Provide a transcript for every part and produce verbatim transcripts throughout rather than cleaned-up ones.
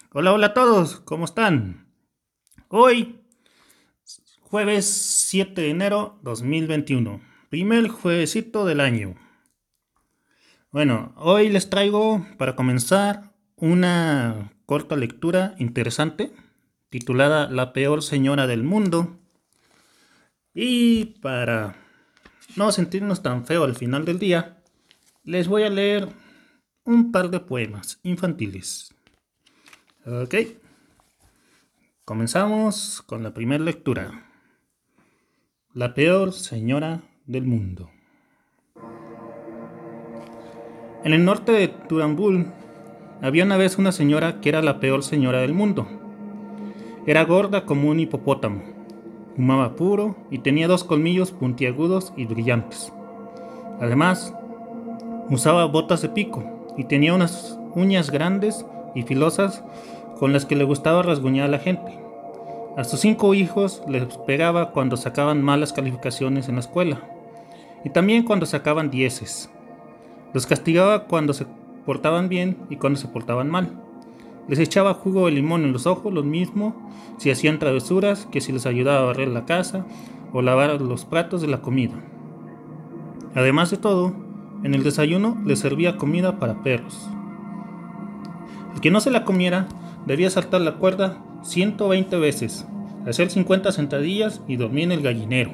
Hola, hola a todos, ¿cómo están? Hoy, jueves siete de enero dos mil veintiuno, primer juevesito del año. Bueno, hoy les traigo para comenzar una corta lectura interesante titulada La peor señora del mundo. Y para no sentirnos tan feo al final del día, les voy a leer un par de poemas infantiles. Ok, comenzamos con la primera lectura. La peor señora del mundo. En el norte de Turambul había una vez una señora que era la peor señora del mundo. Era gorda como un hipopótamo, fumaba puro y tenía dos colmillos puntiagudos y brillantes. Además, usaba botas de pico y tenía unas uñas grandes y filosas con las que le gustaba rasguñar a la gente. A sus cinco hijos les pegaba cuando sacaban malas calificaciones en la escuela y también cuando sacaban dieces. Los castigaba cuando se portaban bien y cuando se portaban mal. Les echaba jugo de limón en los ojos, lo mismo si hacían travesuras que si les ayudaba a barrer la casa o lavar los platos de la comida. Además de todo, en el desayuno les servía comida para perros. El que no se la comiera debía saltar la cuerda ciento veinte veces, hacer cincuenta sentadillas y dormir en el gallinero.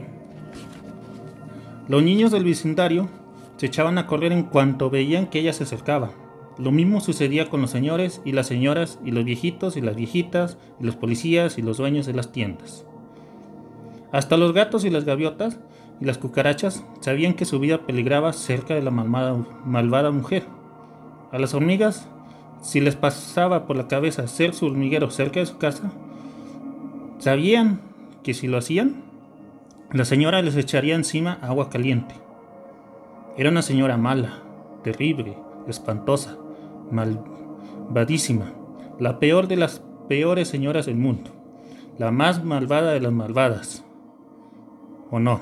Los niños del vecindario se echaban a correr en cuanto veían que ella se acercaba. Lo mismo sucedía con los señores y las señoras y los viejitos y las viejitas y los policías y los dueños de las tiendas. Hasta los gatos y las gaviotas y las cucarachas sabían que su vida peligraba cerca de la malvada, malvada mujer. A las hormigas, si les pasaba por la cabeza hacer su hormiguero cerca de su casa, sabían que si lo hacían, la señora les echaría encima agua caliente. Era una señora mala, terrible, espantosa, malvadísima, la peor de las peores señoras del mundo, la más malvada de las malvadas. ¿O no?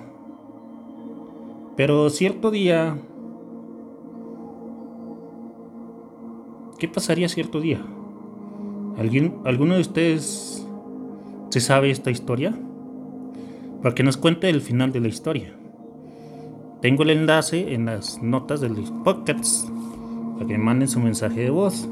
Pero cierto día... ¿Qué pasaría cierto día? ¿Alguien, ¿Alguno de ustedes se sabe esta historia? Para que nos cuente el final de la historia. Tengo el enlace en las notas de los podcasts para que me manden su mensaje de voz.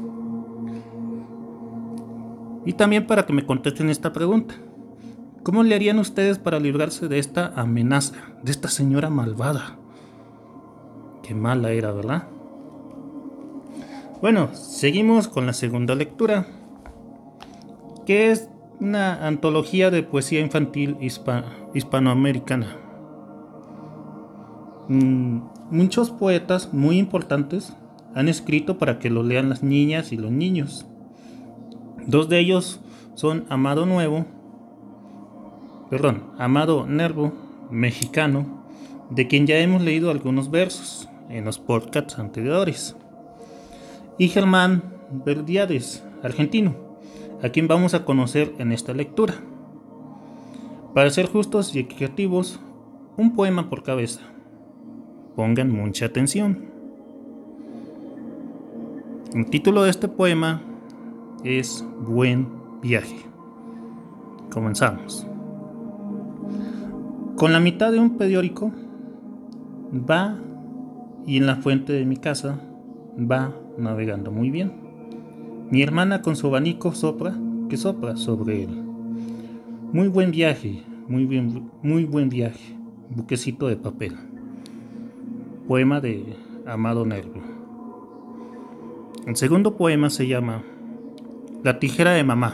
Y también para que me contesten esta pregunta. ¿Cómo le harían ustedes para librarse de esta amenaza, de esta señora malvada? Qué mala era, ¿verdad? Bueno, seguimos con la segunda lectura, que es una antología de poesía infantil hispa- hispanoamericana. Mm, muchos poetas muy importantes han escrito para que lo lean las niñas y los niños. Dos de ellos son Amado Nuevo, perdón, Amado Nervo, mexicano, de quien ya hemos leído algunos versos en los podcasts anteriores, y Germán Verdiades, argentino, a quien vamos a conocer en esta lectura. Para ser justos y equitativos, un poema por cabeza. Pongan mucha atención. El título de este poema es Buen viaje. Comenzamos. Con la mitad de un periódico va y en la fuente de mi casa va navegando muy bien. Mi hermana con su abanico sopra que sopra sobre él. Muy buen viaje, muy bien, muy buen viaje. Buquecito de papel. Poema de Amado Nervo. El segundo poema se llama La tijera de mamá.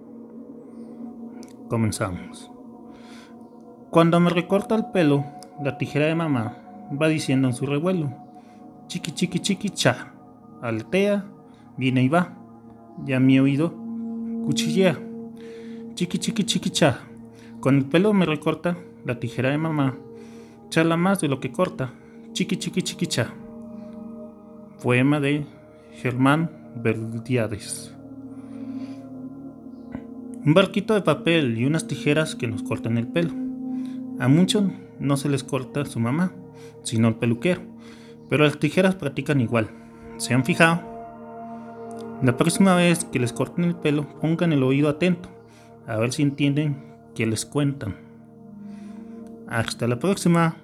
Comenzamos. Cuando me recorta el pelo, la tijera de mamá va diciendo en su revuelo: chiqui chiqui chiqui cha, altea, viene y va, ya mi oído cuchillea. Chiqui chiqui chiqui cha, con el pelo me recorta la tijera de mamá, charla más de lo que corta, chiqui chiqui chiqui cha. Poema de Germán Verdiades. Un barquito de papel y unas tijeras que nos cortan el pelo. A muchos no se les corta su mamá, sino el peluquero, pero las tijeras practican igual. ¿Se han fijado? La próxima vez que les corten el pelo, pongan el oído atento, a ver si entienden que les cuentan. Hasta la próxima.